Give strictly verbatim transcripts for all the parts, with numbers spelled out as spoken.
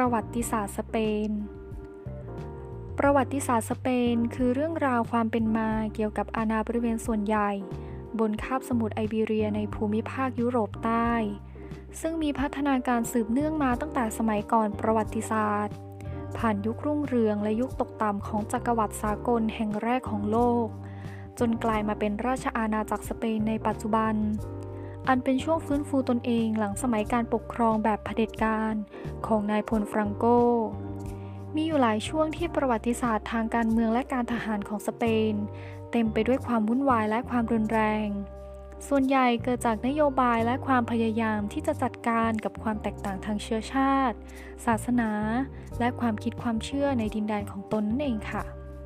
ประวัติศาสตร์สเปนประวัติศาสตร์สเปนคือเรื่องราวความเป็นมาเกี่ยวกับอาณาบริเวณส่วนใหญ่บนคาบสมุทรไอเบเรียในภูมิภาคยุโรปใต้ซึ่งมีพัฒนาการสืบเนื่องมาตั้งแต่สมัยก่อนประวัติศาสตร์ผ่านยุครุ่งเรืองและยุคตกต่ำของจักรวรรดิสากลแห่งแรกของโลกจนกลายมาเป็นราชอาณาจักรสเปนในปัจจุบันอันเป็นช่วงฟื้นฟูตนเองหลังสมัยการปกครองแบบเผด็จการของนายพลฟรังโกมีอยู่หลายช่วงที่ประวัติศาสตร์ทางการเมืองและการทหารของสเปนเต็มไปด้วยความวุ่นวายและความรุนแรงส่วนใหญ่เกิดจากนโยบายและความพยายามที่จะจัดการกับความแตกต่างทางเชื้อชาติศาสนาและความคิดความเชื่อในดินแดนของตนนั่นเองค่ะ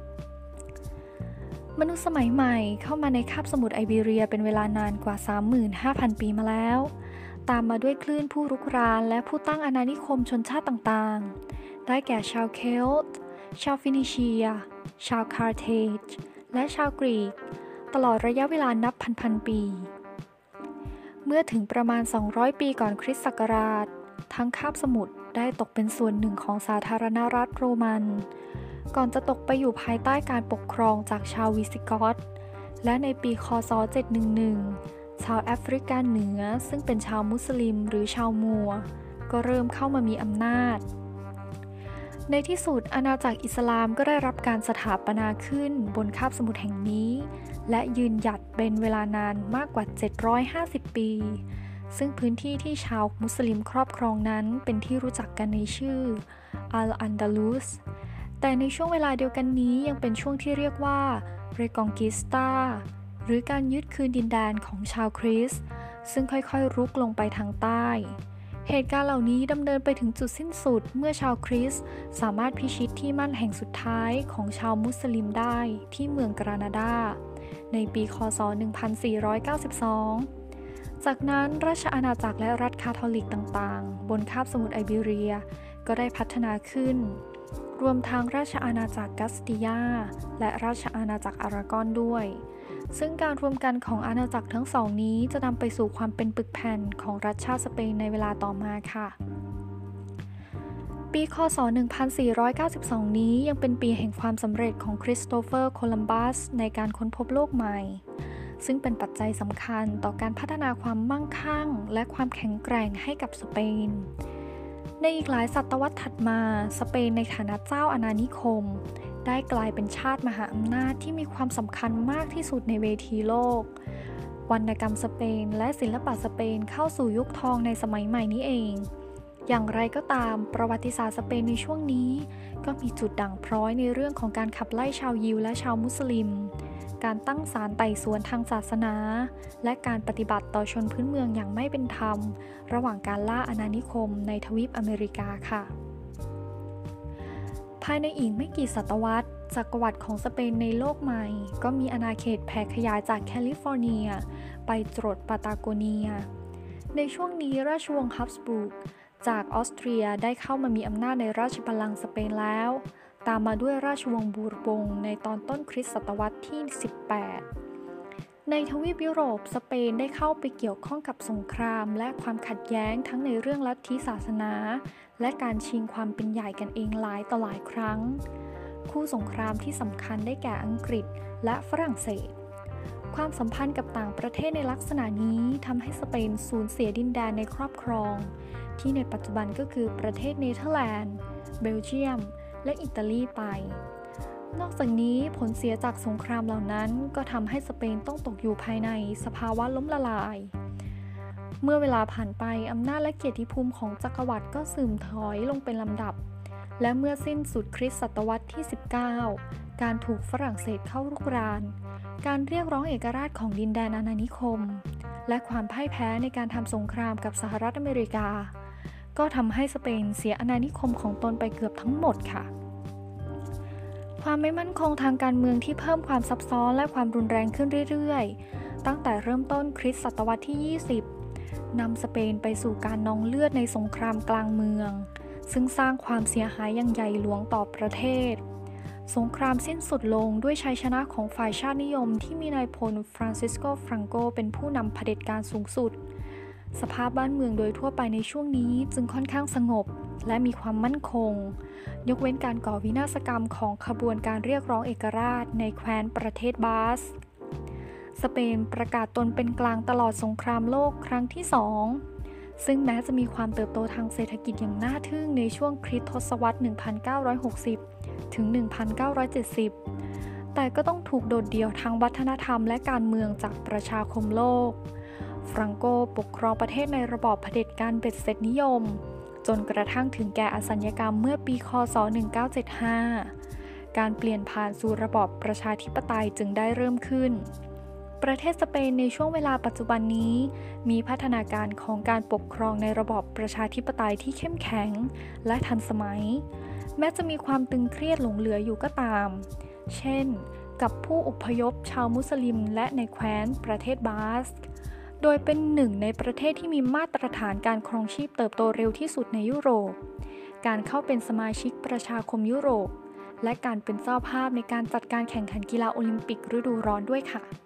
มนุษย์สมัยใหม่เข้ามาในคาบสมุทรไอเบเรียเป็นเวลานานกว่า สามหมื่นห้าพัน ปีมาแล้วตามมาด้วยคลื่นผู้รุกรานและผู้ตั้งอาณานิคมชนชาติต่างๆได้แก่ชาวเคลต์ชาวฟินิเชียชาวคาร์เทจและชาวกรีกตลอดระยะเวลานับพันๆปีเมื่อถึงประมาณสองร้อยปีก่อนคริสต์ศักราชทั้งคาบสมุทรได้ตกเป็นส่วนหนึ่งของสาธารณรัฐโรมันก่อนจะตกไปอยู่ภายใต้การปกครองจากชาววิสิกอธและในปีค.ศ. เจ็ดร้อยสิบเอ็ดชาวแอฟริกันเหนือซึ่งเป็นชาวมุสลิมหรือชาวมัวก็เริ่มเข้ามามีอำนาจในที่สุดอาณาจักรอิสลามก็ได้รับการสถาปนาขึ้นบนคาบสมุทรแห่งนี้และยืนหยัดเป็นเวลานานมากกว่าเจ็ดร้อยห้าสิบปีซึ่งพื้นที่ที่ชาวมุสลิมครอบครองนั้นเป็นที่รู้จักกันในชื่ออัลอันดาลุสแต่ในช่วงเวลาเดียวกันนี้ยังเป็นช่วงที่เรียกว่าเรกองกิสตาหรือการยึดคืนดินแดนของชาวคริสต์ซึ่งค่อยๆรุกลงไปทางใต้เหตุการณ์เหล่านี้ดำเนินไปถึงจุดสิ้นสุดเมื่อชาวคริสต์สามารถพิชิตที่มั่นแห่งสุดท้ายของชาวมุสลิมได้ที่เมืองกรานาดาในปีค.ศ. หนึ่งพันสี่ร้อยเก้าสิบสองจากนั้นราชอาณาจักรและรัฐคาทอลิกต่างๆบนคาบสมุทรไอเบเรียก็ได้พัฒนาขึ้นรวมทั้งราชอาณาจักรกัสติยาและราชอาณาจักรอารากอนด้วยซึ่งการรวมกันของอาณาจักรทั้งสองนี้จะนำไปสู่ความเป็นปึกแผ่นของรัฐชาติสเปนในเวลาต่อมาค่ะปีค.ศ. หนึ่งพันสี่ร้อยเก้าสิบสองนี้ยังเป็นปีแห่งความสำเร็จของคริสโตเฟอร์โคลัมบัสในการค้นพบโลกใหม่ซึ่งเป็นปัจจัยสำคัญต่อการพัฒนาความมั่งคั่งและความแข็งแกร่งให้กับสเปนในอีกหลายศตวรรษถัดมาสเปนในฐานะเจ้าอาณานิคมได้กลายเป็นชาติมหาอำนาจที่มีความสำคัญมากที่สุดในเวทีโลกวรรณกรรมสเปนและศิลปะสเปนเข้าสู่ยุคทองในสมัยใหม่นี้เองอย่างไรก็ตามประวัติศาสตร์สเปนในช่วงนี้ก็มีจุดด่างพร้อยในเรื่องของการขับไล่ชาวยิวและชาวมุสลิมการตั้งศาลไต่สวนทางศาสนาและการปฏิบัติต่อชนพื้นเมืองอย่างไม่เป็นธรรมระหว่างการล่าอาณานิคมในทวีปอเมริกาค่ะภายในอีกไม่กี่ศตวรรษจักรวรรดิของสเปนในโลกใหม่ก็มีอาณาเขตแผ่ขยายจากแคลิฟอร์เนียไปจรดปาตาโกเนียในช่วงนี้ราชวงศ์ฮับสบูร์กจากออสเตรียได้เข้ามามีอำนาจในราชบัลลังก์สเปนแล้วตามมาด้วยราชวงศ์บูร์บงในตอนต้นคริสต์ศตวรรษที่สิบแปดในทวีปยุโรปสเปนได้เข้าไปเกี่ยวข้องกับสงครามและความขัดแย้งทั้งในเรื่องลัทธิศาสนาและการชิงความเป็นใหญ่กันเองหลายต่อหลายครั้งคู่สงครามที่สำคัญได้แก่อังกฤษและฝรั่งเศสความสัมพันธ์กับต่างประเทศในลักษณะนี้ทำให้สเปนสูญเสียดินแดนในครอบครองที่ในปัจจุบันก็คือประเทศเนเธอร์แลนด์เบลเยียมและอิตาลีไปนอกจากนี้ผลเสียจากสงครามเหล่านั้นก็ทำให้สเปนต้องตกอยู่ภายในสภาวะล้มละลายเมื่อเวลาผ่านไปอำนาจและเกียรติภูมิของจักรวรรดิก็เสื่อมถอยลงเป็นลำดับและเมื่อสิ้นสุดคริสต์ศตวรรษที่สิบเก้าการถูกฝรั่งเศสเข้ารุกรานการเรียกร้องเอกราชของดินแดนอาณานิคมและความพ่ายแพ้ในการทำสงครามกับสหรัฐอเมริกาก็ทำให้สเปนเสียอาณานิคมของตนไปเกือบทั้งหมดค่ะความไม่มั่นคงทางการเมืองที่เพิ่มความซับซ้อนและความรุนแรงขึ้นเรื่อยๆตั้งแต่เริ่มต้นคริสต์ศตวรรษที่ยี่สิบนำสเปนไปสู่การนองเลือดในสงครามกลางเมืองซึ่งสร้างความเสียหายอย่างใหญ่หลวงต่อประเทศสงครามสิ้นสุดลงด้วยชัยชนะของฝ่ายชาตินิยมที่มีนายพลฟรานซิสโก ฟรังโกเป็นผู้นำเผด็จการสูงสุดสภาพบ้านเมืองโดยทั่วไปในช่วงนี้จึงค่อนข้างสงบและมีความมั่นคงยกเว้นการก่อวินาศกรรมของขบวนการเรียกร้องเอกราชในแคว้นประเทศบาสก์สเปนประกาศตนเป็นกลางตลอดสงครามโลกครั้งที่สองซึ่งแม้จะมีความเติบโตทางเศรษฐกิจอย่างน่าทึ่งในช่วงคริสตศตวรรษ หนึ่งพันเก้าร้อยหกสิบ ถึง หนึ่งพันเก้าร้อยเจ็ดสิบ แต่ก็ต้องถูกโดดเดี่ยวทางวัฒนธรรมและการเมืองจากประชาคมโลกฟรังโกปกครองประเทศในระบอบเผด็จการเบ็ดเสร็จนิยมจนกระทั่งถึงแก่อสัญกรรมเมื่อปีค.ศ. หนึ่งพันเก้าร้อยเจ็ดสิบห้า การเปลี่ยนผ่านสู่ระบอบประชาธิปไตยจึงได้เริ่มขึ้นประเทศสเปนในช่วงเวลาปัจจุบันนี้มีพัฒนาการของการปกครองในระบอบประชาธิปไตยที่เข้มแข็งและทันสมัยแม้จะมีความตึงเครียดหลงเหลืออยู่ก็ตามเช่นกับผู้อพยพชาวมุสลิมและในแคว้นประเทศบาสก์โดยเป็นหนึ่งในประเทศที่มีมาตรฐานการครองชีพเติบโตเร็วที่สุดในยุโรปการเข้าเป็นสมาชิกประชาคมยุโรปและการเป็นเจ้าภาพในการจัดการแข่งขันกีฬาโอลิมปิกฤดูร้อนด้วยค่ะ